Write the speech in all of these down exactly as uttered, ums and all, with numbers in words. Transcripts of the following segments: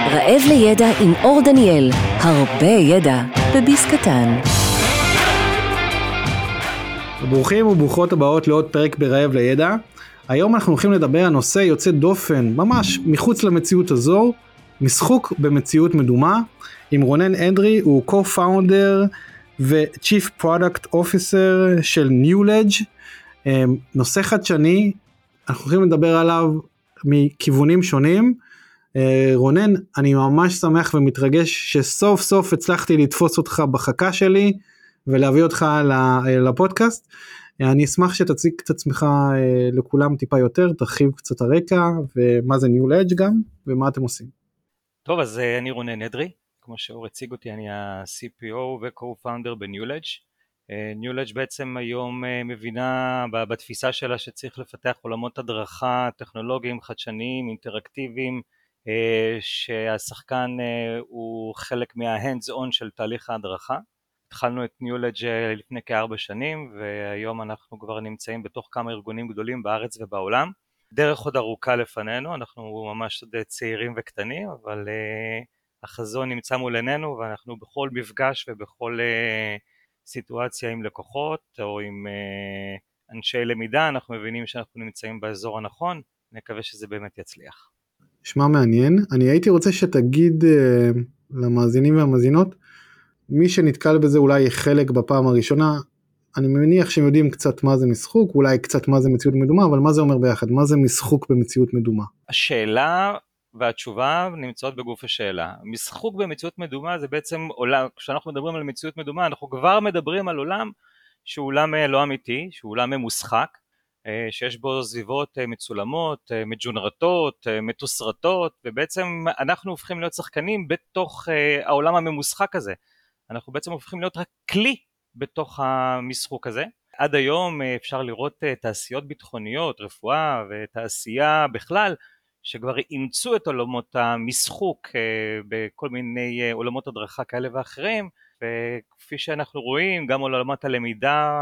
רעב לידע עם אור דניאל, הרבה ידע בביס קטן. ברוכים וברוכות הבאות לעוד פרק ברעב לידע. היום אנחנו הולכים לדבר על נושא יוצא דופן, ממש מחוץ למציאות הזו, משחוק במציאות מדומה, עם רונן אדרי, הוא co-founder ו-chief product officer של ניולדג'. נושא חדשני, אנחנו הולכים לדבר עליו מכיוונים שונים. רונן, אני ממש שמח ומתרגש שסוף סוף הצלחתי לתפוס אותך בחכה שלי ולהביא אותך לפודקאסט. אני אשמח שתציג את עצמך לכולם טיפה יותר, תרחיב קצת הרקע ומה זה ניולדג' גם ומה אתם עושים. טוב, אז אני רונן אדרי, כמו שאור הציג אותי, אני ה-סי פי או ו-co-founder בניולדג'. ניולדג' בעצם היום מבינה בתפיסה שלה שצריך לפתח עולמות הדרכה טכנולוגיים, חדשניים, אינטראקטיביים, שהשחקן הוא חלק מה-hands on של תהליך ההדרכה. התחלנו את ניולדג' לפני כארבע שנים, והיום אנחנו כבר נמצאים בתוך כמה ארגונים גדולים בארץ ובעולם. דרך עוד ארוכה לפנינו, אנחנו ממש עוד צעירים וקטנים, אבל uh, החזון נמצא מול עינינו, ואנחנו בכל מפגש ובכל uh, סיטואציה עם לקוחות, או עם uh, אנשי למידה, אנחנו מבינים שאנחנו נמצאים באזור הנכון, נקווה שזה באמת יצליח. נשמע מעניין. אני הייתי רוצה שתגיד uh, למאזינים והמאזינות, מי שנתקל בזה אולי חלק בפעם הראשונה, אני מניח שהם יודעים קצת מה זה משחוק, אולי קצת מה זה מציאות מדומה, אבל מה זה אומר ביחד? מה זה משחוק במציאות מדומה? השאלה והתשובה נמצאות בגוף השאלה. משחוק במציאות מדומה זה בעצם עולם, כשאנחנו מדברים על מציאות מדומה, אנחנו כבר מדברים על עולם שהוא עולם לא אמיתי, שהוא עולם משחק, שיש בו סביבות מצולמות, מג'ונרטות, מתוסרטות, ובעצם אנחנו הופכים להיות שחקנים בתוך העולם הממושחק הזה. אנחנו בעצם הופכים להיות רק כלי בתוך המשחוק הזה. עד היום אפשר לראות תעשיות ביטחוניות, רפואה ותעשייה בכלל, שכבר אימצו את עולמות המשחוק בכל מיני עולמות הדרכה כאלה ואחרים, וכפי שאנחנו רואים, גם עולמות הלמידה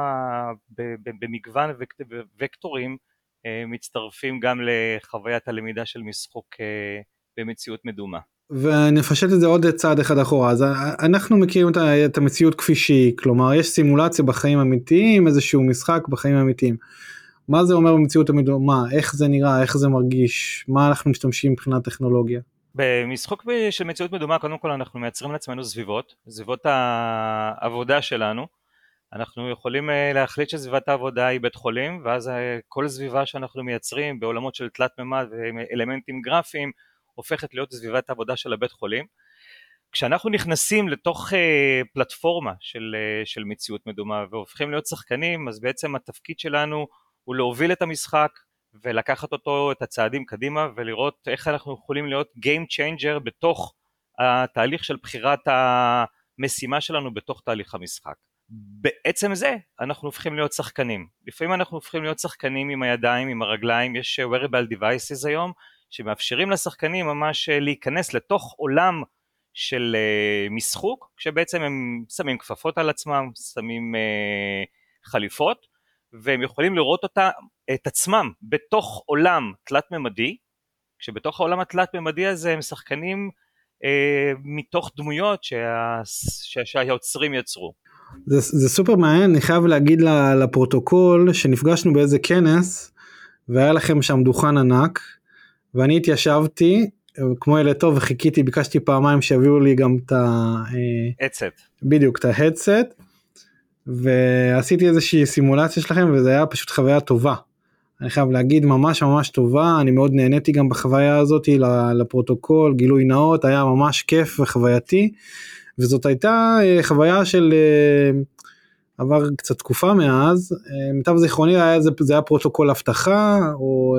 במגוון וקטורים מצטרפים גם לחוויית הלמידה של משחוק במציאות מדומה. ונפשט את זה עוד צעד אחד אחורה. אז אנחנו מכירים את המציאות כפי שהיא, כלומר יש סימולציה בחיים אמיתיים, איזשהו משחק בחיים אמיתיים. מה זה אומר במציאות המדומה? איך זה נראה? איך זה מרגיש? מה אנחנו משתמשים מבחינת טכנולוגיה? במשחק של מציאות מדומה, קודם כל אנחנו מייצרים לעצמנו סביבות, סביבות העבודה שלנו. אנחנו יכולים להחליט שסביבת העבודה היא בית חולים, ואז כל סביבה שאנחנו מייצרים בעולמות של תלת ממד ואלמנטים גרפיים, הופכת להיות סביבת העבודה של הבית חולים. כשאנחנו נכנסים לתוך uh, פלטפורמה של, uh, של מציאות מדומה והופכים להיות שחקנים, אז בעצם התפקיד שלנו הוא להוביל את המשחק ולקחת אותו את הצעדים קדימה ולראות איך אנחנו יכולים להיות game changer בתוך התהליך של בחירת המשימה שלנו בתוך תהליך המשחק. בעצם זה אנחנו הופכים להיות שחקנים. לפעמים אנחנו הופכים להיות שחקנים עם הידיים, עם הרגליים, יש wearable devices היום, שמאפשרים לשחקנים ממש להיכנס לתוך עולם של משחוק, כשבעצם הם שמים כפפות על עצמם, שמים חליפות, והם יכולים לראות אותה, את עצמם בתוך עולם תלת ממדי, כשבתוך העולם התלת ממדי הזה הם שחקנים מתוך דמויות שה, שהיוצרים יצרו. זה, זה סופר מעניין, אני חייב להגיד לפרוטוקול שנפגשנו באיזה כנס, והיה לכם שם דוכן ענק, ואני התיישבתי, כמו ילד טוב, וחיכיתי, ביקשתי פעמיים שיביאו לי גם את ההדסט. בדיוק, את ההדסט, ועשיתי איזושהי סימולציה שלכם, וזה היה פשוט חוויה טובה. אני חייב להגיד, ממש ממש טובה, אני מאוד נהניתי גם בחוויה הזאת, לפרוטוקול, גילוי נאות, היה ממש כיף וחווייתי, וזאת הייתה חוויה של, עבר קצת תקופה מאז, מיטב זיכרוני, זה היה פרוטוקול הבטחה, או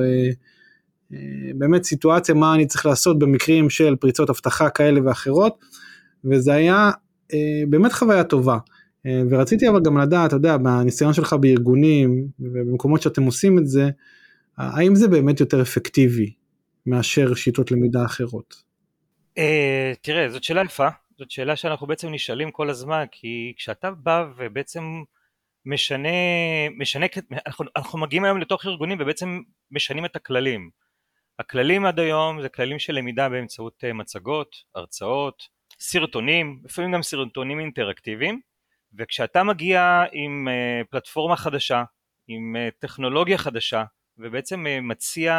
באמת סיטואציה מה אני צריך לעשות במקרים של פריצות הבטחה כאלה ואחרות, וזה היה באמת חוויה טובה, ורציתי אבל גם לדעת, אתה יודע, בניסיון שלך בארגונים, ובמקומות שאתם עושים את זה, האם זה באמת יותר אפקטיבי, מאשר שיטות למידה אחרות? תראה, זאת שאלה יפה, זאת שאלה שאנחנו בעצם נשאלים כל הזמן, כי כשאתה בא ובעצם משנה, משנה, אנחנו, אנחנו מגיעים היום לתוך ארגונים ובעצם משנים את הכללים. הכללים עד היום זה כללים של למידה באמצעות מצגות, הרצאות, סרטונים, לפעמים גם סרטונים אינטראקטיביים, וכשאתה מגיע עם פלטפורמה חדשה, עם טכנולוגיה חדשה, ובעצם מציע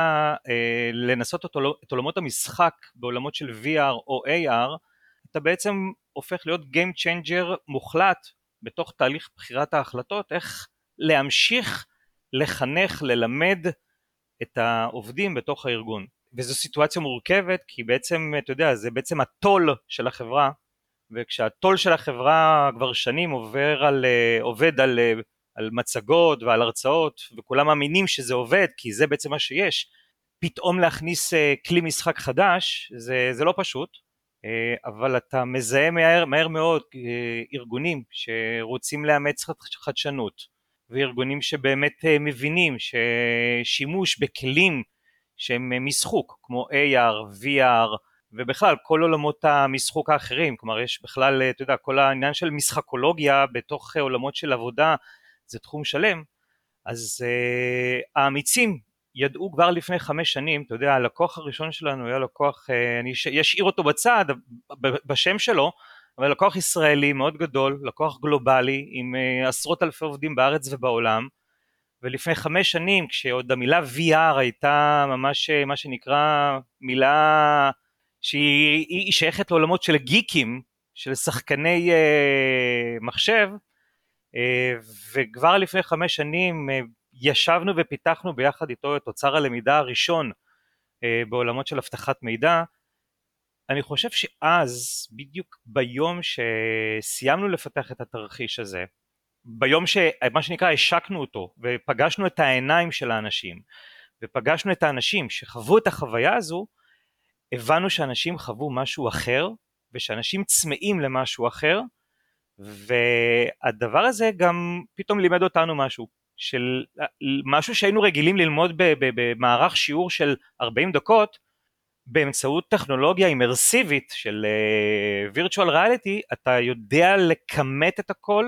לנסות את עולמות המשחק בעולמות של וי אר או איי אר, אתה בעצם הופך להיות Game Changer מוחלט בתוך תהליך בחירת ההחלטות, איך להמשיך לחנך, ללמד את העובדים בתוך הארגון. וזו סיטואציה מורכבת, כי בעצם, אתה יודע, זה בעצם הטול של החברה, וכשהטול של החברה כבר שנים עובר על, עובד על, על מצגות ועל הרצאות, וכולם מאמינים שזה עובד, כי זה בעצם מה שיש, פתאום להכניס כלי משחק חדש, זה, זה לא פשוט, אבל אתה מזהה מהר, מהר מאוד ארגונים שרוצים לאמץ חדשנות, וארגונים שבאמת מבינים ששימוש בכלים שהם משחוק, כמו איי אר, וי אר, ובכלל כל עולמות המשחוק האחרים, כלומר יש בכלל, אתה יודע, כל העניין של משחקולוגיה בתוך עולמות של עבודה, זה תחום שלם, אז uh, האמיצים ידעו כבר לפני חמש שנים, אתה יודע, הלקוח הראשון שלנו היה לקוח, uh, אני אשאיר אותו בצד, בשם שלו, אבל לקוח ישראלי מאוד גדול, לקוח גלובלי, עם uh, עשרות אלפי עובדים בארץ ובעולם, ולפני חמש שנים, כשעוד המילה וי אר הייתה ממש מה שנקרא מילה שהיא שייכת לעולמות של גיקים, של שחקני uh, מחשב, uh, וכבר לפני חמש שנים uh, ישבנו ופיתחנו ביחד איתו את אוצר הלמידה הראשון uh, בעולמות של הבטחת מידע. אני חושב שאז, בדיוק ביום שסיימנו לפתח את התרחיש הזה, ביום שמה שנקרא השקנו אותו ופגשנו את העיניים של האנשים ופגשנו את האנשים שחוו את החוויה הזו, הבנו שאנשים חוו משהו אחר ושאנשים צמאים למשהו אחר, והדבר הזה גם פתאום לימד אותנו משהו של משהו שהיינו רגילים ללמוד במערך שיעור של ארבעים דקות, באמצעות טכנולוגיה אימרסיבית של uh, virtual reality אתה יודע לכמת את הכל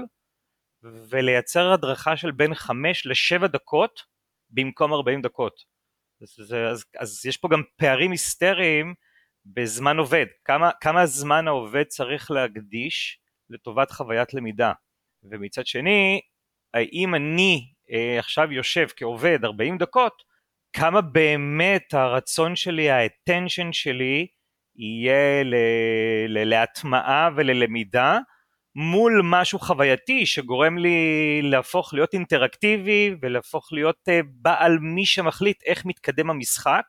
ולייצר הדרכה של בין חמש לשבע דקות במקום ארבעים דקות. אז, אז, אז יש פה גם פערים היסטריים בזמן עובד, כמה, כמה זמן העובד צריך להקדיש לטובת חוויית למידה, ומצד שני האם אני אה, עכשיו יושב כעובד ארבעים דקות, כמה באמת הרצון שלי, האטנשן שלי יהיה ל- ל- להטמעה וללמידה מול משהו חווייתי שגורם לי להפוך להיות אינטראקטיבי ולהפוך להיות uh, בעל מי שמחליט איך מתקדם המשחק.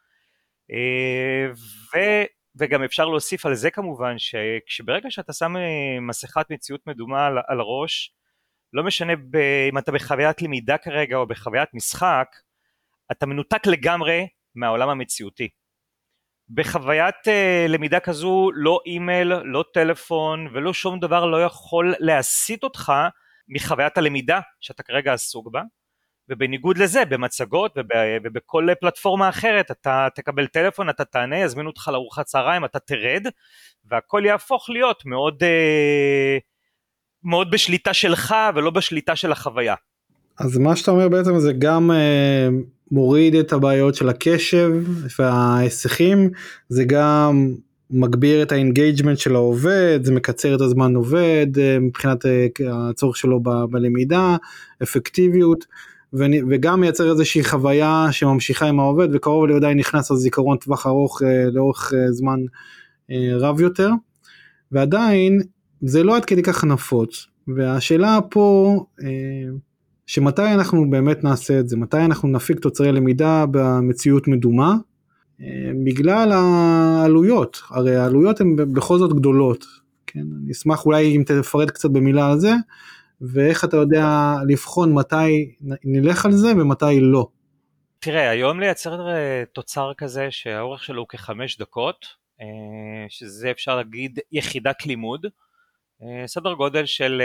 uh, ו- וגם אפשר להוסיף על זה כמובן שכשברגע שאתה שם מסכת מציאות מדומה על, על הראש, לא משנה ב- אם אתה בחוויית למידה כרגע או בחוויית משחק, אתה מנותק לגמרי מהעולם המציאותי. בחוויית uh, למידה כזו לא אימייל, לא טלפון ולא שום דבר לא יכול להסיט אותך מחוויית הלמידה שאתה כרגע עסוק בה, ובניגוד לזה במצגות וב, ובכל פלטפורמה אחרת אתה תקבל טלפון, אתה תענה, יזמינו אותך לארוחת צהריים, אתה תרד והכל יהפוך להיות מאוד, uh, מאוד בשליטה שלך ולא בשליטה של החוויה. אז מה שאתה אומר בעצם זה גם אה, מוריד את הבעיות של הקשב וההיסחים, זה גם מגביר את האינגייג'מנט של העובד, זה מקצר את הזמן עובד, אה, מבחינת אה, הצורך שלו ב, בלמידה, אפקטיביות, ו, וגם מייצר איזושהי חוויה שממשיכה עם העובד, וקרוב לידי נכנס לזיכרון טווח ארוך אה, לאורך אה, זמן אה, רב יותר, ועדיין זה לא עד כדי כך נפוץ, והשאלה פה, אה, שמתי אנחנו באמת נעשה את זה, מתי אנחנו נפיק תוצרי למידה במציאות מדומה, בגלל העלויות, הרי העלויות הן בכל זאת גדולות, כן? אני אשמח אולי אם תפרט קצת במילה על זה, ואיך אתה יודע לבחון מתי נלך על זה ומתי לא. תראה, היום לייצר תוצר כזה שהאורך שלו הוא כחמש דקות, שזה אפשר להגיד יחידת לימוד, סדר גודל של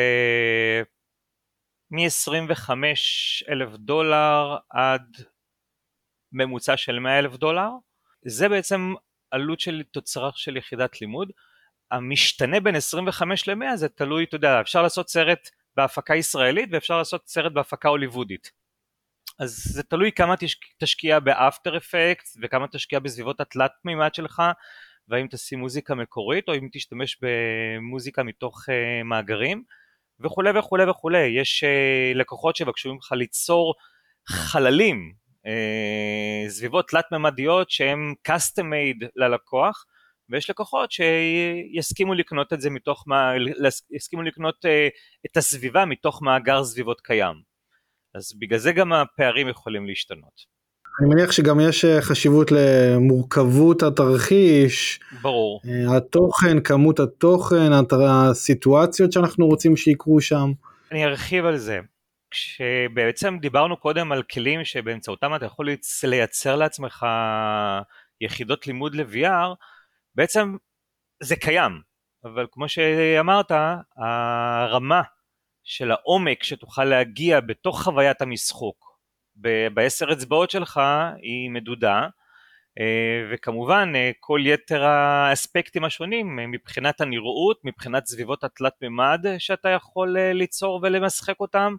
מ-עשרים וחמישה אלף דולר עד ממוצע של מאה אלף דולר, זה בעצם עלות של תוצר של יחידת לימוד. המשתנה בין עשרים וחמש ל-מאה זה תלוי, אתה יודע, אפשר לעשות סרט בהפקה ישראלית ואפשר לעשות סרט בהפקה הוליוודית. אז זה תלוי כמה תשקיע באפטר אפקט, וכמה תשקיע בסביבות התלת מימד שלך, והאם תשים מוזיקה מקורית, או אם תשתמש במוזיקה מתוך uh, מאגרים, וכו' וכו' וכו'. יש uh, לקוחות שבקשו ממך ליצור חללים, uh, סביבות תלת ממדיות שהן custom made ללקוח, ויש לקוחות שיסכימו לקנות את זה מתוך, יסכימו לקנות uh, את הסביבה מתוך מאגר סביבות קיים. אז בגלל זה גם הפערים יכולים להשתנות. אני מניח שגם יש חשיבות למורכבות התרחיש, ברור. התוכן, כמות התוכן, הסיטואציות שאנחנו רוצים שיקרו שם. אני ארחיב על זה. כשבעצם דיברנו קודם על כלים שבאמצעותם אתה יכול לייצר לעצמך יחידות לימוד ל-וי אר, בעצם זה קיים, אבל כמו שאמרת, הרמה של העומק שתוכל להגיע בתוך חוויית המשחוק בעשר אצבעות שלך היא מדודה, וכמובן כל יתר האספקטים השונים מבחינת הנראות, מבחינת סביבות התלת ממד שאתה יכול ליצור ולמשחק אותם,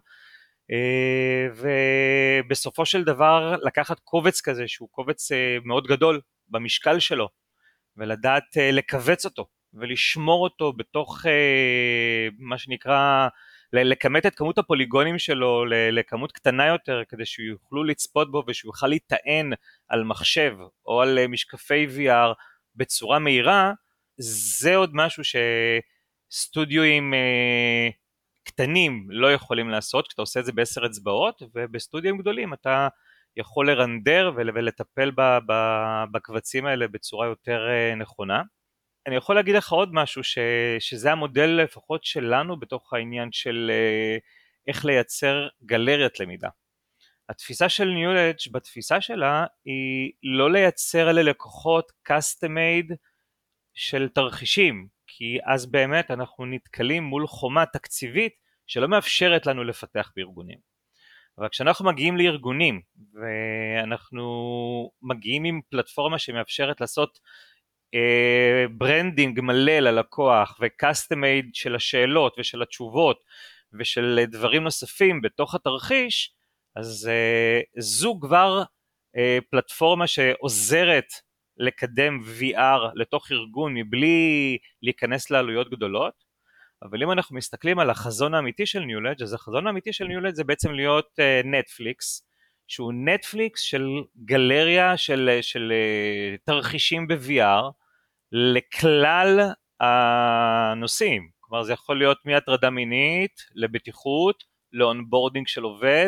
ובסופו של דבר לקחת קובץ כזה שהוא קובץ מאוד גדול במשקל שלו, ולדעת לקבץ אותו ולשמור אותו בתוך מה שנקרא, לכמת את כמות הפוליגונים שלו לכמות קטנה יותר, כדי שיוכלו לצפות בו ושהוא יוכל להיטען על מחשב או על משקפי וי אר בצורה מהירה. זה עוד משהו שסטודיואים קטנים לא יכולים לעשות, כשאתה עושה את זה בעשר אצבעות, ובסטודיואים גדולים אתה יכול לרנדר ולטפל בקבצים האלה בצורה יותר נכונה. אני יכול להגיד לך עוד משהו, ש, שזה המודל לפחות שלנו בתוך העניין של איך לייצר גלריית למידה. התפיסה של ניולדג' בתפיסה שלה היא לא לייצר ללקוחות custom made של תרחישים, כי אז באמת אנחנו נתקלים מול חומה תקציבית שלא מאפשרת לנו לפתח בארגונים. אבל כשאנחנו מגיעים לארגונים ואנחנו מגיעים עם פלטפורמה שמאפשרת לעשות ברנדינג מלא ללקוח וקאסטום מייד של השאלות ושל התשובות ושל דברים נוספים בתוך התרחיש, אז זו כבר פלטפורמה שעוזרת לקדם וי אר לתוך ארגון מבלי להיכנס לעלויות גדולות. אבל אם אנחנו מסתכלים על החזון האמיתי של ניולדג', אז החזון האמיתי של ניולדג' זה בעצם להיות נטפליקס, שהוא נטפליקס של גלריה של, של תרחישים ב-וי אר לכלל הנושאים. כלומר זה יכול להיות מהטרדה מינית לבטיחות, לאונבורדינג של עובד,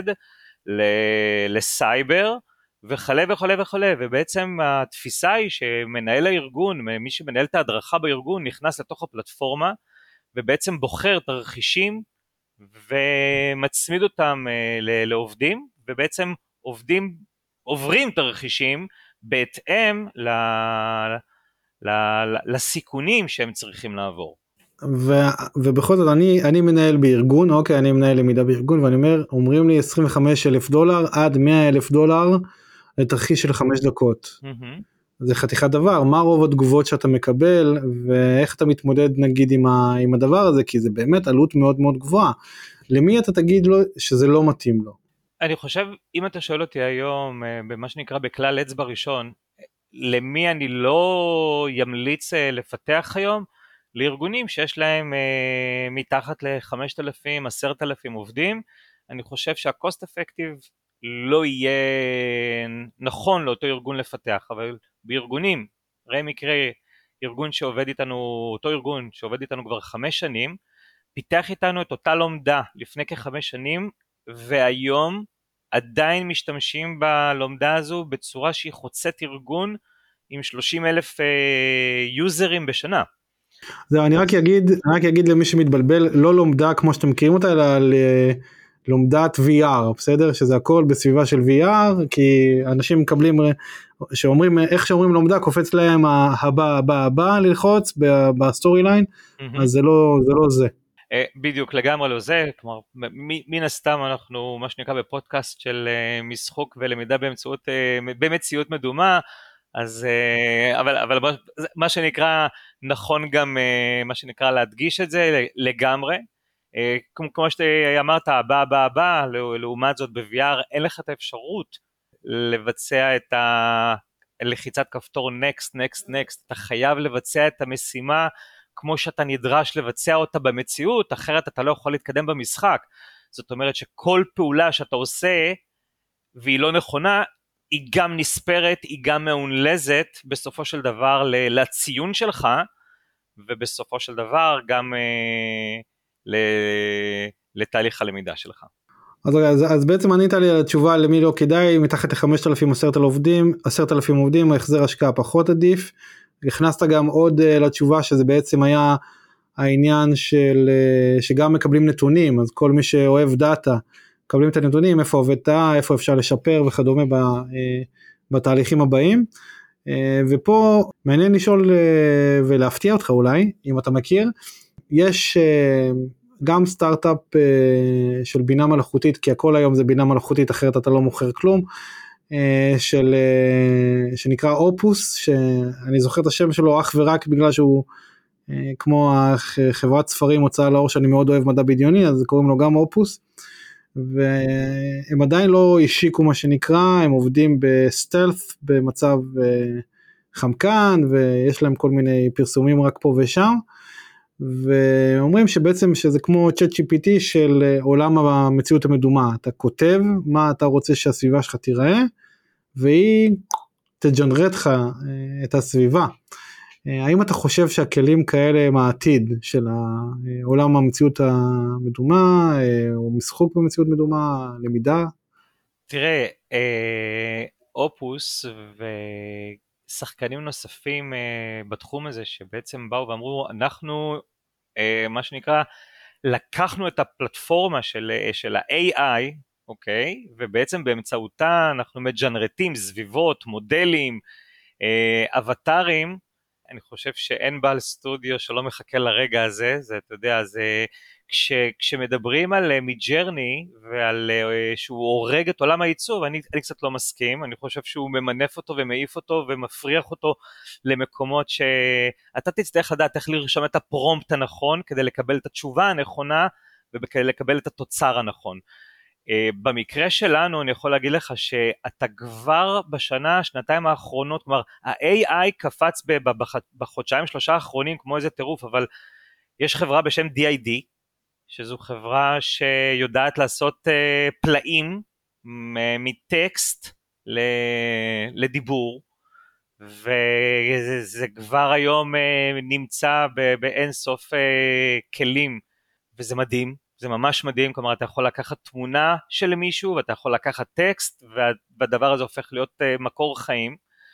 לסייבר וכלה וכלה וכלה. ובעצם התפיסה היא שמנהל הארגון, מי שמנהל את ההדרכה בארגון, נכנס לתוך הפלטפורמה ובעצם בוחר תרחישים ומצמיד אותם לעובדים, ובעצם עובדים עוברים תרחישים בהתאם ל, ל, לסיכונים שהם צריכים לעבור. ו, ובכל זאת אני, אני מנהל בארגון, אוקיי, אני מנהל למידה בארגון, ואני אומר, אומרים לי עשרים וחמישה אלף דולר עד מאה אלף דולר לתרחיש של חמש דקות. Mm-hmm. זה חתיכת דבר. מה רוב התגובות שאתה מקבל, ואיך אתה מתמודד נגיד עם, ה, עם הדבר הזה, כי זה באמת עלות מאוד מאוד גבוהה. למי אתה תגיד לו שזה לא מתאים לו? אני חושב, אם אתה שואל אותי היום, במה שנקרא בכלל אצבע ראשון, למי אני לא ימליץ לפתח היום? לארגונים שיש להם מתחת ל-חמשת אלפים, עשרת אלפים עובדים. אני חושב שה-cost effective לא יהיה נכון לאותו ארגון לפתח, אבל בארגונים, ראה מקרה, ארגון שעובד איתנו, אותו ארגון שעובד איתנו כבר חמש שנים, פיתח איתנו את אותה לומדה לפני כחמש שנים, והיום עדיין משתמשים בלומדה הזו בצורה שהיא חוצת ארגון עם שלושים אלף יוזרים בשנה. זהו, אני רק אגיד, אני רק אגיד למי שמתבלבל, לא לומדה כמו שאתם מכירים אותה, אלא לומדת וי אר, בסדר? שזה הכל בסביבה של וי אר, כי אנשים מקבלים, שאומרים, איך שאומרים לומדה, קופץ להם הבא, הבא, הבא, ללחוץ בסטורי ליין, אז זה לא, זה לא זה. בדיוק, לגמרי לא זה, כלומר, מן הסתם אנחנו, מה שנקרא בפודקאסט של משחוק ולמידה באמצעות, במציאות מדומה, אז, אבל, אבל מה שנקרא, נכון גם, מה שנקרא להדגיש את זה לגמרי, כמו שאמרת, הבא, הבא, הבא, לעומת זאת ב-וי אר אין לך את האפשרות לבצע את הלחיצת כפתור next, next, next, אתה חייב לבצע את המשימה כמו שאתה נדרש לבצע אותה במציאות, אחרת אתה לא יכול להתקדם במשחק. זאת אומרת שכל פעולה שאתה עושה, והיא לא נכונה, היא גם נספרת, היא גם מעונלזת, בסופו של דבר לציון שלך, ובסופו של דבר גם אה, לתהליך הלמידה שלך. אז, אז, אז בעצם ענית לי על התשובה למי לא כדאי, מתחת ל-חמשת אלפים עשרת אלפים עובדים, עשרת אלפים עובדים, ההחזר השקעה פחות עדיף, הכנסת גם עוד uh, לתשובה שזה בעצם היה העניין של, uh, שגם מקבלים נתונים, אז כל מי שאוהב דאטה, מקבלים את הנתונים, איפה עובד תא, איפה אפשר לשפר וכדומה ב, uh, בתהליכים הבאים, uh, ופה מעניין לשאול uh, ולהפתיע אותך אולי, אם אתה מכיר, יש uh, גם סטארט-אפ uh, של בינה מלאכותית, כי הכל היום זה בינה מלאכותית, אחרת אתה לא מוכר כלום, uh, של, uh, שנקרא אופוס, שאני זוכר את השם שלו אך ורק בגלל שהוא uh, כמו חברת ספרים הוצאה לאור שאני מאוד אוהב מדע בדיוני, אז קוראים לו גם אופוס, והם עדיין לא השיקו מה שנקרא, הם עובדים בסטלף במצב uh, חמקן, ויש להם כל מיני פרסומים רק פה ושם, ואומרים שבעצם שזה כמו צ'אט ג'י פי טי של עולם המציאות המדומה, אתה כותב מה אתה רוצה שהסביבה שלך תיראה, והיא תג'נרט לך את הסביבה. האם אתה חושב שהכלים כאלה הם העתיד של עולם המציאות המדומה, או משחוק במציאות מדומה, למידה? תראה, אופוס ו... שחקנים נוספים uh, בתחום הזה שבעצם באו ואמרו אנחנו uh, מה שנקרא לקחנו את הפלטפורמה של, uh, של ה-איי איי אוקיי ובעצם באמצעותה אנחנו מג'נרטים סביבות מודלים uh, אבטרים. אני חושב שאין בעל סטודיו שלא מחכה לרגע הזה, זה אתה יודע זה כש, כשמדברים על מידג'רני ועל uh, שהוא הורג את עולם העיצוב, אני, אני קצת לא מסכים, אני חושב שהוא ממנף אותו ומעיף אותו ומפריח אותו למקומות שאתה תצטרך לדעת איך לרשום את הפרומפט הנכון כדי לקבל את התשובה הנכונה וכדי לקבל את התוצר הנכון. Uh, במקרה שלנו אני יכול להגיד לך שאתה כבר בשנה, שנתיים האחרונות, כלומר ה-איי איי קפץ בחודשיים שלושה האחרונים כמו איזה טירוף, אבל יש חברה בשם די איי די, שזו חברה שיודעת לעשות uh, פלאים מטקסט לדיבור, וזה זה כבר היום uh, נמצא באין סוף uh, כלים, וזה מדהים, זה ממש מדהים, כלומר אתה יכול לקחת תמונה של מישהו, ואתה יכול לקחת טקסט, והדבר הזה הופך להיות uh, מקור חיים,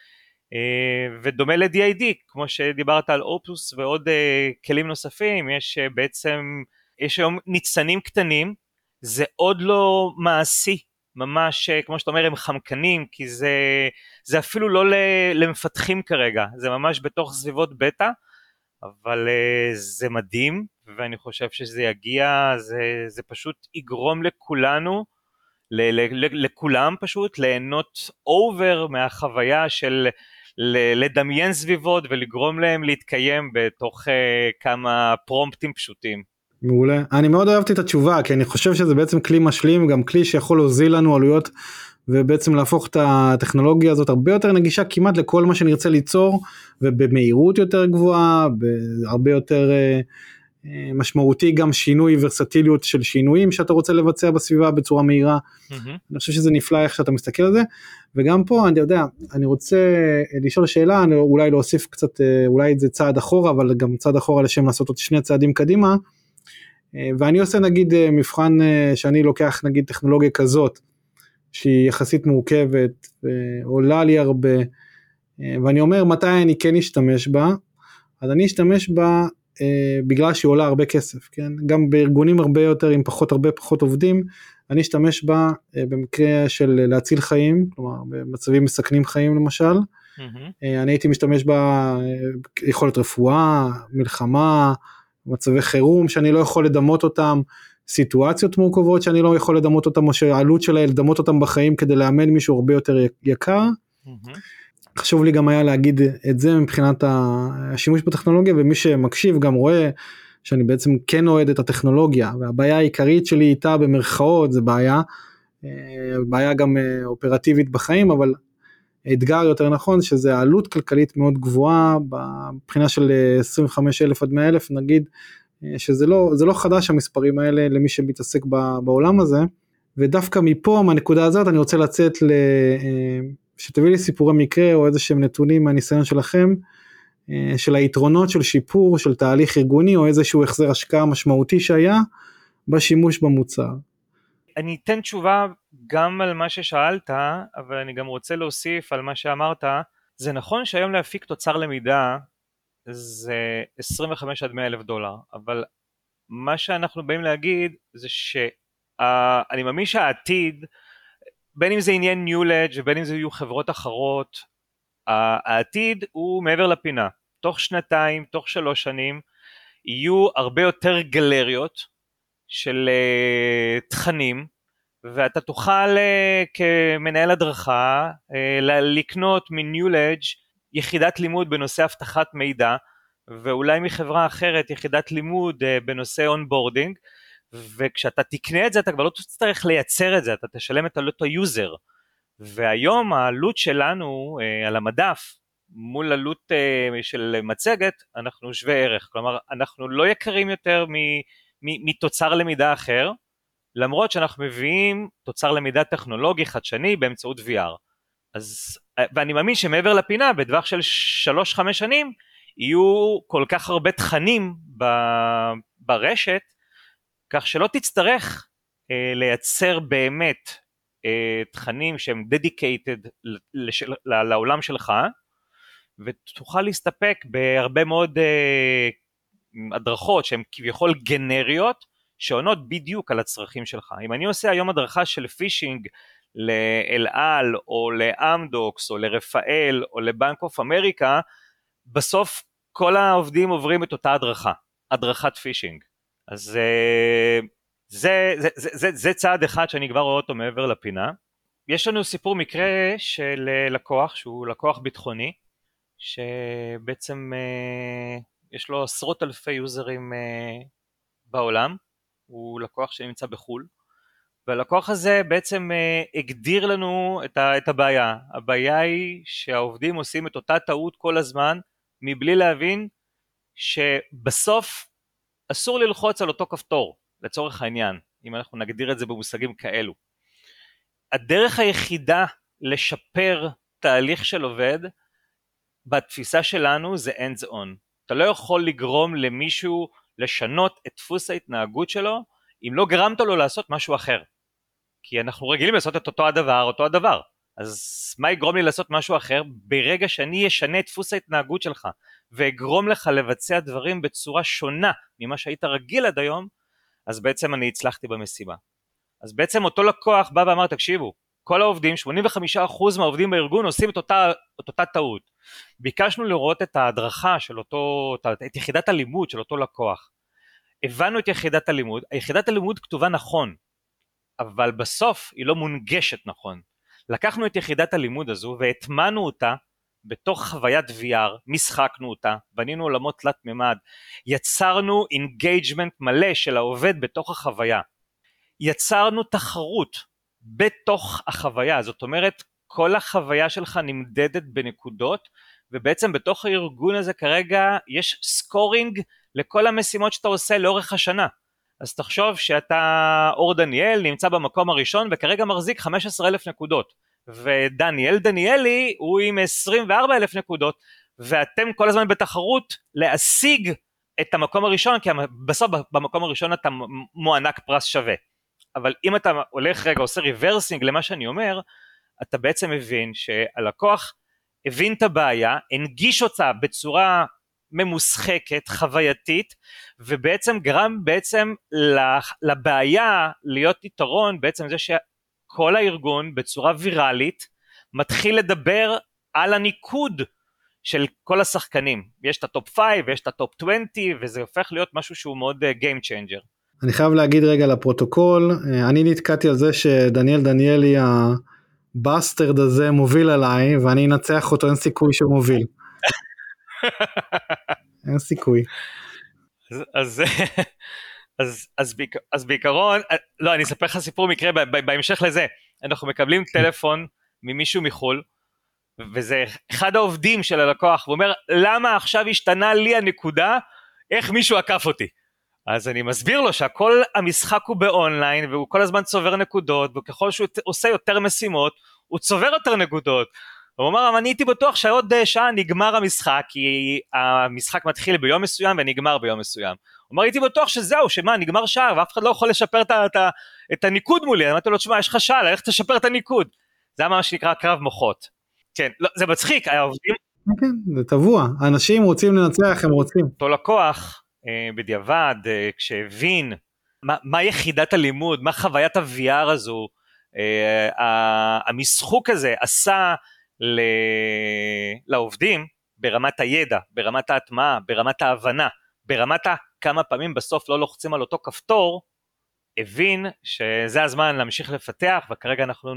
uh, ודומה ל-די איי די, כמו שדיברת על אופוס ועוד uh, כלים נוספים, יש uh, בעצם... יש היום ניצנים קטנים, זה עוד לא מעשי, ממש כמו שאתה אומר הם חמקנים, כי זה, זה אפילו לא למפתחים כרגע, זה ממש בתוך סביבות בטא, אבל זה מדהים, ואני חושב שזה יגיע, זה, זה פשוט יגרום לכולנו, ל, ל, לכולם פשוט, ליהנות אובר מהחוויה של לדמיין סביבות, ולגרום להם להתקיים בתוך כמה פרומפטים פשוטים. מעולה, אני מאוד אהבתי את התשובה, כי אני חושב שזה בעצם כלי משלים, גם כלי שיכול להוזיל לנו עלויות, ובעצם להפוך את הטכנולוגיה הזאת הרבה יותר נגישה כמעט לכל מה שנרצה ליצור, ובמהירות יותר גבוהה, הרבה יותר משמעותי, גם שינוי ורסטיליות של שינויים שאתה רוצה לבצע בסביבה בצורה מהירה, mm-hmm. אני חושב שזה נפלא איך שאתה מסתכל על זה, וגם פה אני יודע, אני רוצה לשאול שאלה, אני אולי להוסיף קצת, אולי זה צעד אחורה, אבל גם צעד אחורה לשם לעשות עוד שני צעדים קדימה, ואני עושה נגיד מבחן שאני לוקח נגיד טכנולוגיה כזאת, שהיא יחסית מורכבת, עולה לי הרבה, ואני אומר מתי אני כן אשתמש בה, אז אני אשתמש בה בגלל שהיא עולה הרבה כסף, כן? גם בארגונים הרבה יותר, עם פחות הרבה פחות עובדים, אני אשתמש בה במקרה של להציל חיים, כלומר במצבים מסכנים חיים למשל, mm-hmm. אני הייתי משתמש בה יכולת רפואה, מלחמה, מצבי חירום שאני לא יכול לדמות אותם, סיטואציות מורכבות שאני לא יכול לדמות אותם, או שהעלות שלה לדמות אותם בחיים כדי לאמן מישהו הרבה יותר יקר. Mm-hmm. חשוב לי גם היה להגיד את זה מבחינת השימוש בטכנולוגיה, ומי שמקשיב גם רואה שאני בעצם כן אוהד את הטכנולוגיה, והבעיה העיקרית שלי איתה במרכאות, זה בעיה, בעיה גם אופרטיבית בחיים, אבל אתגר יותר נכון, שזה העלות כלכלית מאוד גבוהה, מבחינה של עשרים וחמישה אלף עד מאה אלף, נגיד, שזה לא, זה לא חדש המספרים האלה, למי שמתעסק בעולם הזה, ודווקא מפה, מהנקודה הזאת, אני רוצה לצאת, שתביא לי סיפורי מקרה, או איזה שהם נתונים מהניסיון שלכם, של היתרונות של שיפור, של תהליך ארגוני, או איזשהו החזר השקעה משמעותי שהיה, בשימוש במוצר. אני אתן תשובה גם על מה ששאלת, אבל אני גם רוצה להוסיף על מה שאמרת. זה נכון שהיום להפיק תוצר למידה, זה עשרים וחמישה עד מאה אלף דולר, אבל מה שאנחנו באים להגיד, זה שאני מאמין שהעתיד, בין אם זה עניין ניולדג' ובין אם זה יהיו חברות אחרות, העתיד הוא מעבר לפינה. תוך שנתיים, תוך שלוש שנים, יהיו הרבה יותר גלריות, של uh, תכנים, ואתה תוכל uh, כמנהל הדרכה uh, לקנות מניולדג' יחידת לימוד בנושא הבטחת מידע, ואולי מחברה אחרת יחידת לימוד uh, בנושא אונבורדינג, וכשאתה תקנה את זה אתה כבר לא תצטרך לייצר את זה, אתה תשלם את עלות היוזר, והיום העלות שלנו uh, על המדף, מול עלות uh, של מצגת, אנחנו שווה ערך, כלומר אנחנו לא יקרים יותר מ... מתוצר למידה אחר, למרות שאנחנו מביאים תוצר למידה טכנולוגי חדשני באמצעות וי אר. אז, ואני מאמין שמעבר לפינה, בדווח של שלוש חמש שנים, יהיו כל כך הרבה תכנים ברשת, כך שלא תצטרך אה, לייצר באמת אה, תכנים שהם dedicated לשל, לעולם שלך, ותוכל להסתפק בהרבה מאוד אה, הדרכות שהן כביכול גנריות, שעונות בדיוק על הצרכים שלך. אם אני עושה היום הדרכה של פישינג לאל על, או לאמדוקס, או לרפאל, או לבנק אוף אמריקה, בסוף כל העובדים עוברים את אותה הדרכה, הדרכת פישינג. אז זה, זה, זה, זה, זה צעד אחד שאני כבר רואה אותו מעבר לפינה. יש לנו סיפור מקרה של לקוח, שהוא לקוח ביטחוני, שבעצם יש לו עשרות אלפי יוזרים בעולם, הוא לקוח שנמצא בחול, והלקוח הזה בעצם הגדיר לנו את הבעיה. הבעיה היא שהעובדים עושים את אותה טעות כל הזמן, מבלי להבין שבסוף אסור ללחוץ על אותו כפתור, לצורך העניין, אם אנחנו נגדיר את זה במושגים כאלו. הדרך היחידה לשפר תהליך של עובד, בתפיסה שלנו זה hands on. אתה לא יכול לגרום למישהו לשנות את דפוס ההתנהגות שלו, אם לא גרמת לו לעשות משהו אחר. כי אנחנו רגילים לעשות את אותו הדבר, אותו הדבר. אז מה יגרום לי לעשות משהו אחר? ברגע שאני אשנה את דפוס ההתנהגות שלך, ואגרום לך לבצע דברים בצורה שונה ממה שהיית רגיל עד היום, אז בעצם אני הצלחתי במשימה. אז בעצם אותו לקוח בא ואמר, תקשיבו, כל העובדים, שמונים וחמישה אחוז מהעובדים בארגון עושים את אותה, את אותה טעות. ביקשנו לראות את ההדרכה של אותו, את יחידת הלימוד של אותו לקוח. הבנו את יחידת הלימוד, היחידת הלימוד כתובה נכון, אבל בסוף היא לא מונגשת נכון. לקחנו את יחידת הלימוד הזו והטמנו אותה בתוך חוויית וי אר, משחקנו אותה, בנינו עולמות תלת ממד, יצרנו אינגייג'מנט מלא של העובד בתוך החוויה, יצרנו תחרות בתוך החוויה, זאת אומרת כל החוויה שלך נמדדת בנקודות, ובעצם בתוך הארגון הזה כרגע יש סקורינג לכל המשימות שאתה עושה לאורך השנה. אז תחשוב שאתה אור דניאל נמצא במקום הראשון וכרגע מחזיק חמישה עשר אלף נקודות, ודניאל דניאלי הוא עם עשרים וארבע אלף נקודות, ואתם כל הזמן בתחרות להשיג את המקום הראשון, כי בסוף במקום הראשון אתה מוענק פרס שווה. אבל אם אתה הולך רגע עושה ריברסינג למה שאני אומר, אתה בעצם מבין שהלקוח הבין את הבעיה, הנגיש אותה בצורה ממושכקת, חווייתית, ובעצם גרם בעצם לבעיה להיות יתרון, בעצם זה שכל הארגון בצורה ויראלית מתחיל לדבר על הניקוד של כל השחקנים. יש את הטופ חמש ויש את הטופ עשרים, וזה הופך להיות משהו שהוא מאוד game changer. אני חייב להגיד רגע לפרוטוקול, אני נתקעתי על זה שדניאל דניאלי הבאסטרד הזה מוביל עליי, ואני אנצח אותו, אין סיכוי שהוא מוביל. אין סיכוי. אז, אז, אז, אז, בעיקר, אז בעיקרון, לא, אני אספר לך סיפור מקרה בהמשך לזה. אנחנו מקבלים טלפון ממישהו מחול, וזה אחד העובדים של הלקוח, הוא אומר, למה עכשיו השתנה לי הנקודה, איך מישהו עקף אותי? אז אני מסביר לו שהכל המשחק הוא באונליין, והוא כל הזמן צובר נקודות, וככל שהוא עושה יותר משימות, הוא צובר יותר נקודות. הוא אומר, אני הייתי בטוח שעוד שעה נגמר המשחק, כי המשחק מתחיל ביום מסוים ונגמר ביום מסוים. הוא אומר, הייתי בטוח שזהו, שמה, נגמר שעה, ואף אחד לא יכול לשפר את, את, את הניקוד מולי. אמרתי לו, תשמע, יש לך שעה, איך תשפר את הניקוד? זה מה שנקרא קרב מוחות. כן, לא, זה מצחיק, העובדים... כן, זה טבוע, אנשים רוצים לנצח, הם רוצים. אותו לקוח, אה, בדיעבד, אה, כשהבין מה, מה יחידת הלימוד, מה חוויית ה-וי אר הזו, אה, המשחוק הזה עשה ל... לעובדים, ברמת הידע, ברמת ההטמעה, ברמת ההבנה, ברמת כמה פעמים בסוף לא לוחצים על אותו כפתור, הבין שזה הזמן להמשיך לפתח, וכרגע אנחנו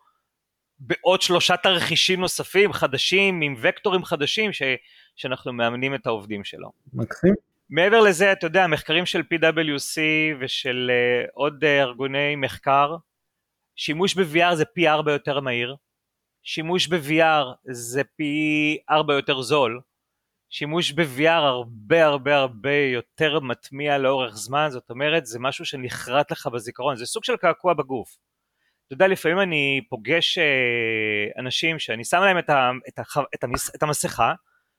בעוד שלושה תרחישים נוספים חדשים, עם וקטורים חדשים, ש... שאנחנו מאמנים את העובדים שלו. מקסים. מעבר לזה, אתה יודע, מחקרים של פי דאבליו סי ושל uh, עוד uh, ארגוני מחקר, שימוש ב-וי אר זה פי ארבע יותר מהיר, שימוש ב-וי אר זה פי ארבע יותר זול, שימוש ב-וי אר הרבה הרבה הרבה יותר מטמיע לאורך זמן, זאת אומרת, זה משהו שנחרט לך בזיכרון, זה סוג של קעקוע בגוף. אתה יודע, לפעמים אני פוגש אנשים שאני שם להם את, ה, את, ה, את, המס, את המסכה,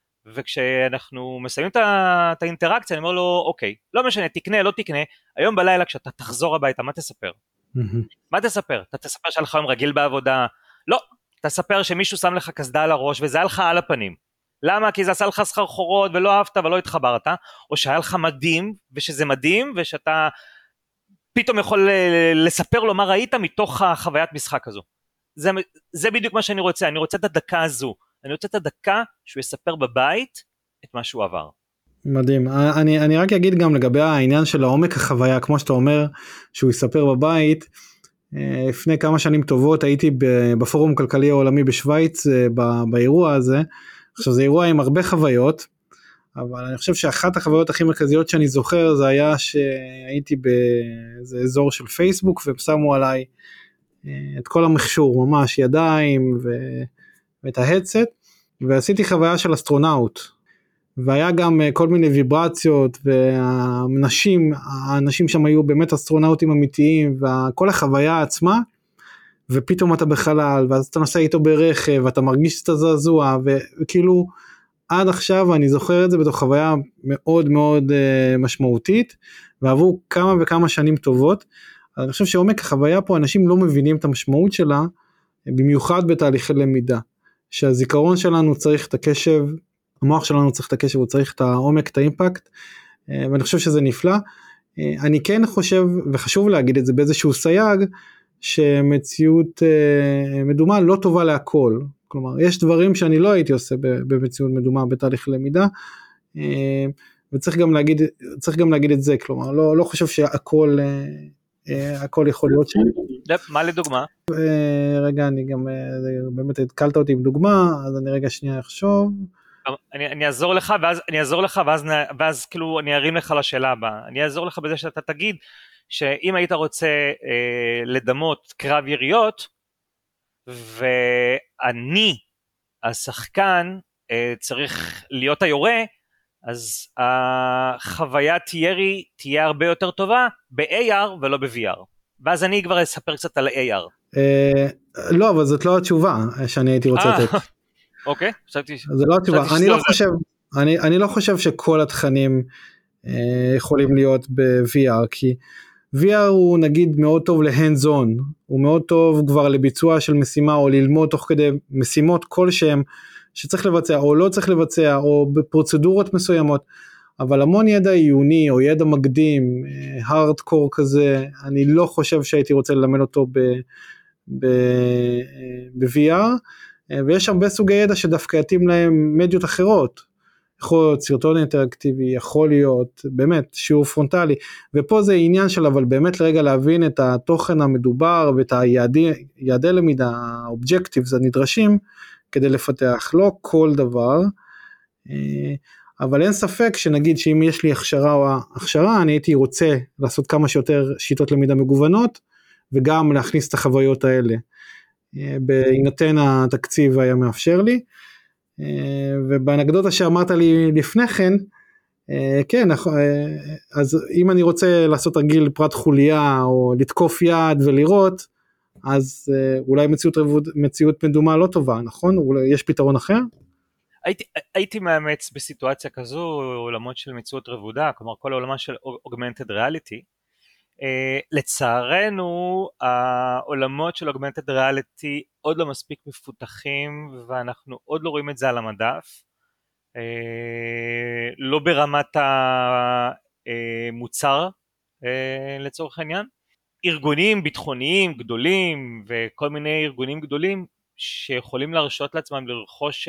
וכשאנחנו מסיימים את, ה, את האינטראקציה, אני אומר לו, אוקיי, לא משנה, תקנה, לא תקנה, היום בלילה כשאתה תחזור הביתה, מה תספר? מה תספר? אתה תספר שהיה לך יום רגיל בעבודה? לא, תספר שמישהו שם לך כסדה על הראש, וזה היה לך על הפנים. למה? כי זה עשה לך סחרחורות, ולא אהבת ולא התחברת, או שהיה לך מדהים, ושזה מדהים, ושאתה פתאום יכול לספר לו מה ראית מתוך החוויית משחק הזו. זה, זה בדיוק מה שאני רוצה, אני רוצה את הדקה הזו, אני רוצה את הדקה שהוא יספר בבית את מה שהוא עבר. מדהים, אני, אני רק אגיד גם לגבי העניין של העומק החוויה, כמו שאתה אומר, שהוא יספר בבית. לפני כמה שנים טובות הייתי בפורום הכלכלי העולמי בשוויץ, באירוע הזה. עכשיו זה אירוע עם הרבה חוויות, אבל אני חושב שאחת החוויות הכי מרכזיות שאני זוכר, זה היה שהייתי באיזה אזור של פייסבוק, ושמו עליי את כל המכשור, ממש ידיים ואת ההדסט, ועשיתי חוויה של אסטרונאוט, והיה גם כל מיני ויברציות, והאנשים, האנשים שם היו באמת אסטרונאוטים אמיתיים, וכל החוויה עצמה, ופתאום אתה בחלל, ואז אתה נוסע איתו ברכב, ואתה מרגיש את הזעזוע, וכאילו, עד עכשיו אני זוכר את זה בתוך חוויה מאוד מאוד uh, משמעותית, ועבור כמה וכמה שנים טובות. אני חושב שעומק החוויה פה, אנשים לא מבינים את המשמעות שלה, במיוחד בתהליכי למידה, שהזיכרון שלנו צריך את הקשב, המוח שלנו צריך את הקשב, הוא צריך את העומק, את האימפקט, uh, ואני חושב שזה נפלא. Uh, אני כן חושב, וחשוב להגיד את זה באיזשהו סייג, שמציאות uh, מדומה לא טובה להכל, כלומר, יש דברים שאני לא הייתי עושה במציאות מדומה בתהליך למידה, וצריך גם להגיד, צריך גם להגיד את זה, כלומר, לא, לא חושב שהכל, הכל יכול להיות שם. מה לדוגמה? רגע, אני גם, באמת התקלת אותי עם דוגמה, אז אני רגע שנייה אחשוב. אני, אני אעזור לך, ואז, אני אעזור לך, ואז, ואז כאילו אני ארים לך לשאלה הבאה. אני אעזור לך בזה שאתה תגיד, שאם היית רוצה אה, לדמות קרב יריות, ואני, השחקן, צריך להיות היורה, אז החוויית ירי תהיה הרבה יותר טובה ב-איי אר ולא ב-וי אר. ואז אני כבר אספר קצת על איי אר. לא, אבל זאת לא התשובה שאני הייתי רוצה לתת. אוקיי, חשבתי... זה לא התשובה, אני לא חושב, אני לא חושב שכל התכנים יכולים להיות ב-וי אר, כי וי אר הוא נגיד מאוד טוב ל-hands on, הוא מאוד טוב כבר לביצוע של משימה, או ללמוד תוך כדי משימות כלשהם, שצריך לבצע, או לא צריך לבצע, או בפרוצדורות מסוימות, אבל המון ידע עיוני, או ידע מקדים, הארדקור כזה, אני לא חושב שהייתי רוצה ללמד אותו ב-וי אר, ויש הרבה סוגי ידע שדווקא יתאים להם מדיות אחרות, יכול להיות סרטון אינטראקטיבי, יכול להיות באמת שיעור פרונטלי, ופה זה עניין של אבל באמת לרגע להבין את התוכן המדובר, ואת היעדי, יעדי למידה, האובג'קטיבס הנדרשים, כדי לפתח, לא כל דבר, אבל אין ספק שנגיד שאם יש לי הכשרה או הכשרה, אני הייתי רוצה לעשות כמה שיותר שיטות למידה מגוונות, וגם להכניס את החוויות האלה, בהינתן התקציב היה מאפשר לי, ובאנקדוטה שאמרת לי לפני כן, כן, אז אם אני רוצה לעשות תרגיל פרט חוליה, או לתקוף יד ולראות, אז אולי מציאות, מציאות מדומה לא טובה, נכון? אולי יש פתרון אחר? הייתי, הייתי מאמץ בסיטואציה כזו עולמות של מציאות רבודה, כלומר כל העולמה של augmented reality. Uh, לצערנו העולמות של augmented reality עוד לא מספיק מפותחים, ואנחנו עוד לא רואים את זה על המדף, uh, לא ברמת המוצר uh, לצורך העניין. ארגונים ביטחוניים גדולים וכל מיני ארגונים גדולים שיכולים להרשות לעצמם לרכוש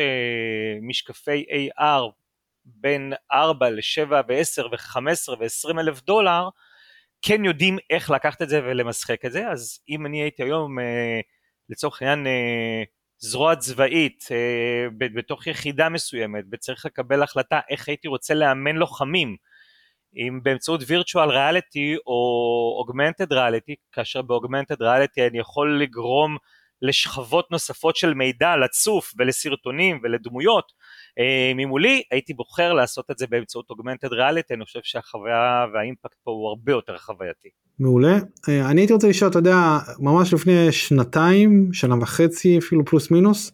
משקפי איי אר בין ארבע ל-שבע ו-עשר ו-חמש עשרה ו-עשרים אלף דולר, כן יודעים איך לקחת את זה ולמשחק את זה. אז אם אני הייתי היום לצורך העניין זרוע צבאית בתוך יחידה מסוימת וצריך לקבל החלטה איך הייתי רוצה לאמן לוחמים, אם באמצעות virtual reality או augmented reality, כאשר ב-augmented reality אני יכול לגרום לשכבות נוספות של מידע, לצוף ולסרטונים ולדמויות ממולי, הייתי בוחר לעשות את זה באמצעות augmented reality. אני חושב שהחוויה והאימפקט פה הוא הרבה יותר חווייתי. מעולה. אני הייתי רוצה לשאול, אתה יודע, ממש לפני שנתיים, שנה וחצי אפילו פלוס מינוס,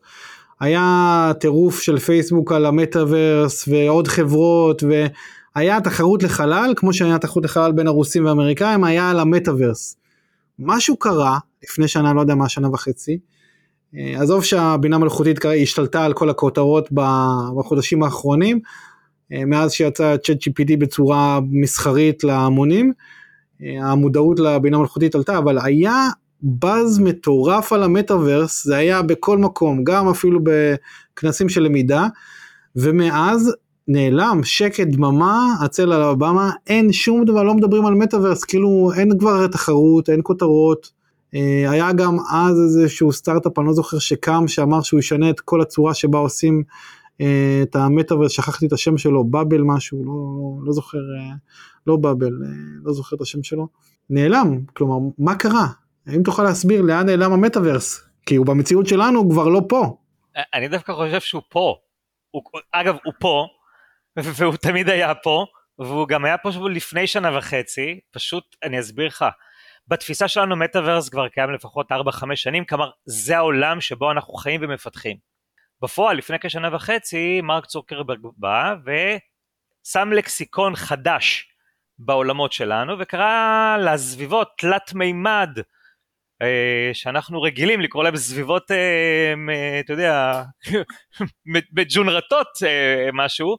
היה טירוף של פייסבוק על המטאברס ועוד חברות, והיה תחרות לחלל, כמו שהיה תחרות לחלל בין הרוסים והאמריקאים, היה על המטאברס. משהו קרה, לפני שנה, לא יודע מה, שנה וחצי, עזוב שהבינה מלאכותית השתלטה על כל הכותרות בחודשים האחרונים, מאז שיצא צ'אט ג'י פי טי בצורה מסחרית להמונים, המודעות לבינה מלאכותית עלתה, אבל היה באז מטורף על המטאברס, זה היה בכל מקום, גם אפילו בכנסים של למידה, ומאז נעלם, שקט, דממה, עצל על הבמה, אין שום דבר, לא מדברים על מטאברס, כאילו אין כבר תחרות, אין כותרות. היה גם אז איזשהו סטארט-אפ, אני לא זוכר שקם, שאמר שהוא ישנה את כל הצורה שבה עושים את המטאברס, שכחתי את השם שלו, בבל משהו, לא, לא זוכר, לא בבל, לא זוכר את השם שלו, נעלם. כלומר, מה קרה? האם תוכל להסביר לאן נעלם המטאברס? כי הוא במציאות שלנו, הוא כבר לא פה. אני דווקא חושב שהוא פה, הוא, אגב הוא פה, והוא תמיד היה פה, והוא גם היה פה לפני שנה וחצי. פשוט אני אסביר לך, בתפיסה שלנו מטאברס כבר קיים לפחות ארבע חמש שנים, כלומר זה העולם שבו אנחנו חיים ומפתחים. בפועל לפני כשנה וחצי מרק צוקרברג בא ושם לקסיקון חדש בעולמות שלנו, וקרא לסביבות תלת מימד, שאנחנו רגילים לקרוא להם סביבות, אתה יודע, בג'ונרטות משהו,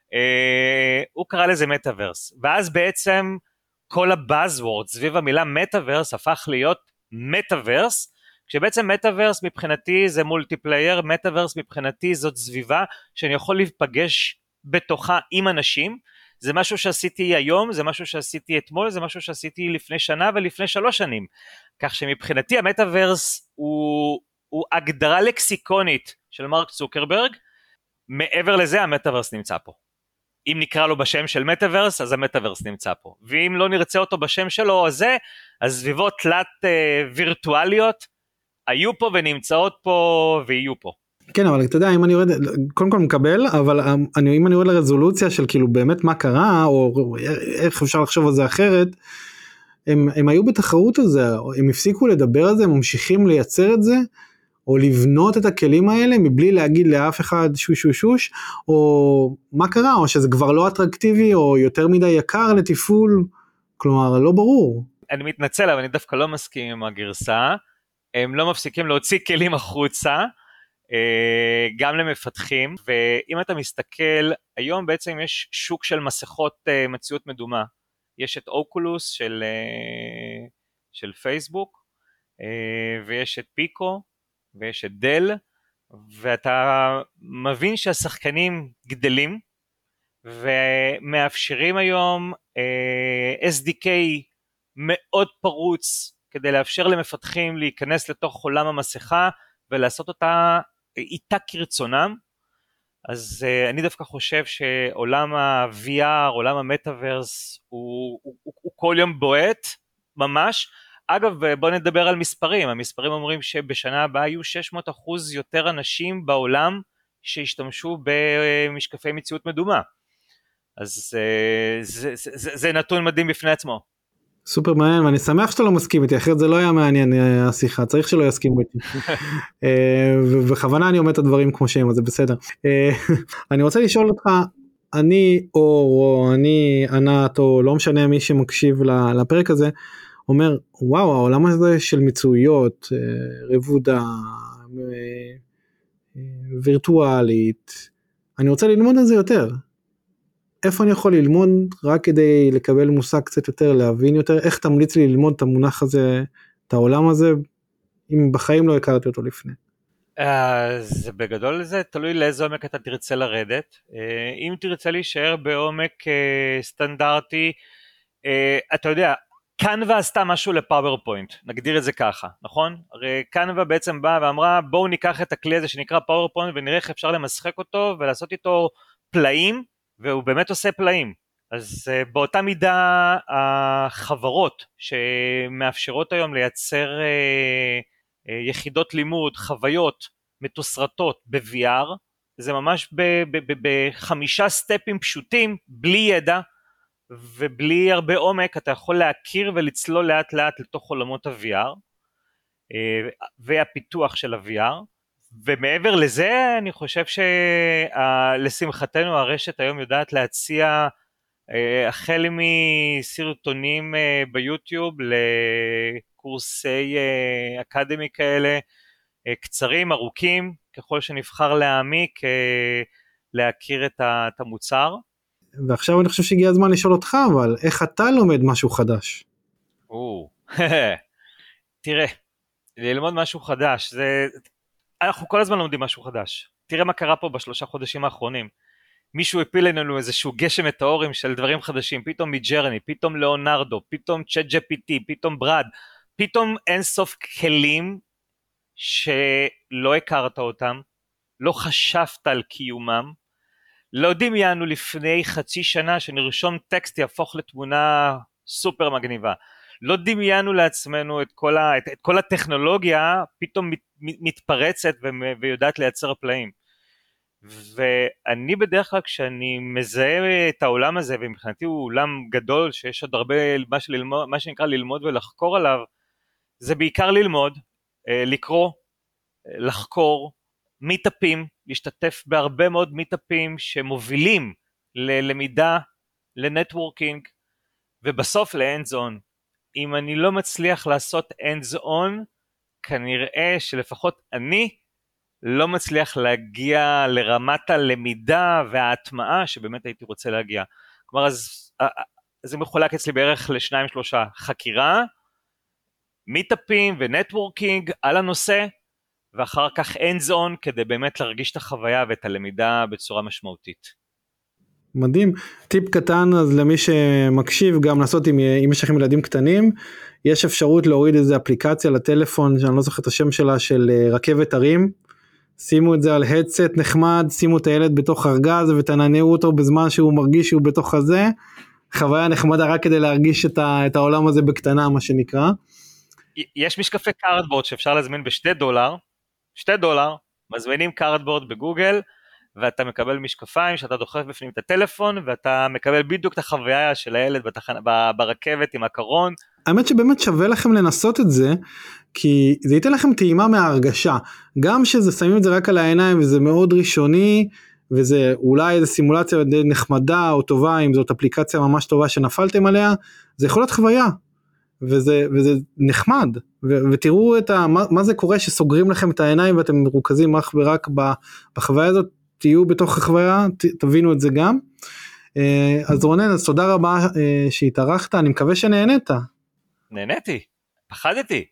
הוא קרא לזה מטאברס. ואז בעצם כל הבאזוורד סביב המילה מטאברס הפך להיות מטאברס, כשבעצם מטאברס מבחינתי זה מולטיפלייר, מטאברס מבחינתי זאת סביבה שאני יכול להיפגש בתוכה עם אנשים. זה משהו שעשיתי היום, זה משהו שעשיתי אתמול, זה משהו שעשיתי לפני שנה ולפני שלוש שנים. כך שמבחינתי המטאברס הוא, הוא הגדרה לקסיקונית של מרק צוקרברג. מעבר לזה המטאברס נמצא פה. אם נקרא לו בשם של מטאברס, אז המטאברס נמצא פה. ואם לא נרצה אותו בשם שלו או זה, אז סביבות תלת אה, וירטואליות היו פה ונמצאות פה ויהיו פה. כן, אבל אתה יודע, אם אני יורד, קודם כל מקבל, אבל אני, אם אני יורד לרזולוציה של כאילו באמת מה קרה, או איך אפשר לחשוב על זה אחרת, הם, הם היו בתחרות על זה, הם הפסיקו לדבר על זה, הם ממשיכים לייצר את זה, או לבנות את הכלים האלה, מבלי להגיד לאף אחד שוש שוש שוש, או מה קרה, או שזה כבר לא אטרקטיבי, או יותר מדי יקר לתפעול, כלומר, לא ברור. אני מתנצל, אבל אני דווקא לא מסכים עם הגרסה, הם לא מפסיקים להוציא כלים החוצה, גם למפתחים, ואם אתה מסתכל, היום בעצם יש שוק של מסכות מציאות מדומה, יש את אוקולוס של, של פייסבוק, ויש את פיקו, ויש את דל, ואתה מבין שהשחקנים גדלים, ומאפשרים היום אס די קיי מאוד פרוץ, כדי לאפשר למפתחים להיכנס לתוך עולם המסכה, ולעשות אותה איתה כרצונם, אז uh, אני דווקא חושב שעולם ה-וי אר, עולם המטאברס, הוא, הוא, הוא, הוא כל יום בועט, ממש. אגב, בוא נדבר על מספרים, המספרים אומרים שבשנה הבאה יהיו שש מאות אחוז יותר אנשים בעולם שהשתמשו במשקפי מציאות מדומה. אז uh, זה, זה, זה, זה נתון מדהים בפני עצמו. סופר מעניין, ואני שמח שאתה לא מסכים איתי, אחרת זה לא היה מעניין השיחה, צריך שלא יסכימו איתי. ובכוונה אני אומר את הדברים כמו שהם, אז זה בסדר. אני רוצה לשאול אותך, אני או אני, ענת, או לא משנה מי שמקשיב לפרק הזה, אומר, וואו, העולם הזה של מצויות, רבודה, וירטואלית, אני רוצה ללמוד על זה יותר. איפה אני יכול ללמוד רק כדי לקבל מושג קצת יותר, להבין יותר, איך תמליץ לי ללמוד את המונח הזה, את העולם הזה, אם בחיים לא הכרתי אותו לפני? אז בגדול זה תלוי לאיזה עומק אתה תרצה לרדת. אם תרצה להישאר בעומק סטנדרטי, אתה יודע, קנווה עשתה משהו לפאורפוינט, נגדיר את זה ככה, נכון? הרי קנווה בעצם באה ואמרה, בואו ניקח את הכלי הזה שנקרא פאורפוינט, ונראה איך אפשר למשחק אותו, ולעשות איתו פלאים, והוא באמת עושה פלאים. אז uh, באותה מידה החברות שמאפשרות היום לייצר uh, uh, יחידות לימוד, חוויות מתוסרטות ב-וי אר, זה ממש בחמישה סטפים פשוטים, בלי ידע ובלי הרבה עומק, אתה יכול להכיר ולצלול לאט לאט לתוך עולמות ה-וי אר uh, והפיתוח של ה-וי אר. ומעבר לזה אני חושב שלשמחתנו הרשת היום יודעת להציע החל מסרטונים ביוטיוב לקורסי אקדמי כאלה, קצרים, ארוכים, ככל שנבחר להעמיק, להכיר את המוצר. ועכשיו אני חושב שהגיע הזמן לשאול אותך, אבל איך אתה לומד משהו חדש? או, תראה, ללמוד משהו חדש, זה... אנחנו כל הזמן לומדים משהו חדש. תראה מה קרה פה בשלושה חודשים האחרונים. מישהו הפיל לנו איזשהו גשם מטאורים של דברים חדשים, פתאום מידג'רני, פתאום לאונרדו, פתאום צ'אט ג'י פי טי, פתאום ברד, פתאום אין סוף כלים שלא הכרת אותם, לא חשבת על קיומם, לא דמיינו לפני חצי שנה שנרשום טקסט יהפוך לתמונה סופר מגניבה. לא דמיינו לעצמנו את כל, ה, את, את כל הטכנולוגיה פתאום מת, מתפרצת ו, ויודעת לייצר פלאים. ואני בדרך כלל כשאני מזהה את העולם הזה, ומבחינתי הוא עולם גדול שיש עוד הרבה מה, שללמוד, מה שנקרא ללמוד ולחקור עליו, זה בעיקר ללמוד, לקרוא, לחקור, מיטאפים, להשתתף בהרבה מאוד מיטאפים שמובילים ללמידה, לנטוורקינג, ובסוף ל-hands on. אם אני לא מצליח לעשות hands on, כנראה שלפחות אני לא מצליח להגיע לרמת הלמידה וההטמעה שבאמת הייתי רוצה להגיע. כלומר, אז זה מחולק אצלי בערך לשניים שלושה, חקירה, מיטאפים ונטוורקינג על הנושא, ואחר כך hands on כדי באמת להרגיש את החוויה ואת הלמידה בצורה משמעותית. מדהים. טיפ קטן אז למי שמקשיב, גם לעשות אם, אם יש לכם ילדים קטנים, יש אפשרות להוריד איזו אפליקציה לטלפון, שאני לא זוכר את השם שלה, של רכבת הרים, שימו את זה על הדסט נחמד, שימו את הילד בתוך ארגז ותנענעו אותו בזמן שהוא מרגיש שהוא בתוך הזה, חוויה נחמדה רק כדי להרגיש את, ה, את העולם הזה בקטנה, מה שנקרא. יש משקפי קארדבורד שאפשר להזמין בשתי דולר, שתי דולר, מזמינים קארדבורד בגוגל, ואתה מקבל משקפיים שאתה דוחף בפנים את הטלפון, ואתה מקבל בדיוק את החוויה של הילד בתחנה, ברכבת עם הקרון. האמת שבאמת שווה לכם לנסות את זה, כי זה ייתן לכם טעימה מההרגשה, גם שזה שמים את זה רק על העיניים, וזה מאוד ראשוני, וזה אולי איזו סימולציה די נחמדה או טובה, אם זאת אפליקציה ממש טובה שנפלתם עליה, זה יכול להיות חוויה, וזה, וזה נחמד, ו- ותראו את ה, מה, מה זה קורה שסוגרים לכם את העיניים, ואתם מרוכזים אך ורק בחוויה הזאת, תהיו בתוך החוויה, ת, תבינו את זה גם. אז רונן, אז תודה רבה שהתארחת, אני מקווה שנהנית. נהניתי, פחדתי.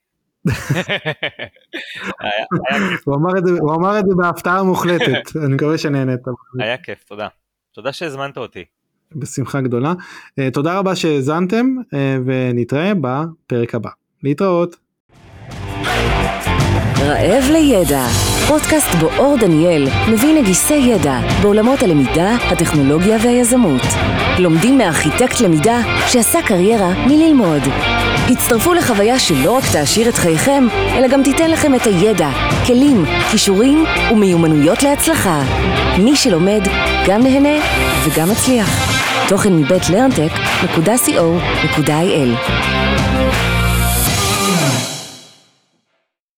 הוא אמר את זה בהפתעה מוחלטת, אני מקווה שנהנית. היה כיף, תודה. תודה שהזמנת אותי. בשמחה גדולה. תודה רבה שהזנתם, ונתראה בפרק הבא. להתראות. רעב לידע, פודקאסט בו אור דניאל מביא נגיסי ידע בעולמות הלמידה, הטכנולוגיה והיזמות. לומדים מארכיטקט למידה שעשה קריירה מללמוד. הצטרפו לחוויה שלא רק תעשיר את חייכם, אלא גם תיתן לכם את הידע, כלים, כישורים ומיומנויות להצלחה. מי שלומד גם נהנה וגם מצליח. תוכן מבית לרנטק נקודה סי או נקודה איי אל.